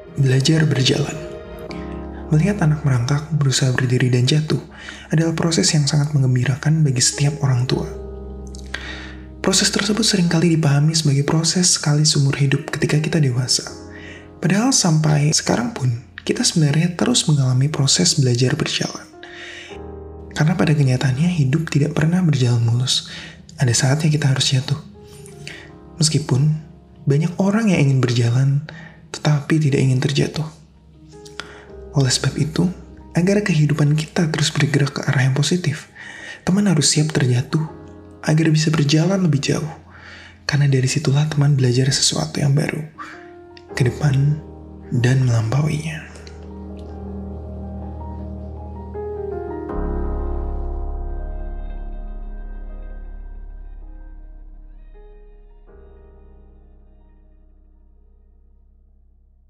Belajar berjalan. Melihat anak merangkak, berusaha berdiri dan jatuh adalah proses yang sangat menggembirakan bagi setiap orang tua. Proses tersebut seringkali dipahami sebagai proses sekali seumur hidup ketika kita dewasa. Padahal sampai sekarang pun, kita sebenarnya terus mengalami proses belajar berjalan. Karena pada kenyataannya hidup tidak pernah berjalan mulus. Ada saatnya kita harus jatuh. Meskipun banyak orang yang ingin berjalan, tetapi tidak ingin terjatuh. Oleh sebab itu, agar kehidupan kita terus bergerak ke arah yang positif, teman harus siap terjatuh agar bisa berjalan lebih jauh. Karena dari situlah teman belajar sesuatu yang baru ke depan dan melampauinya.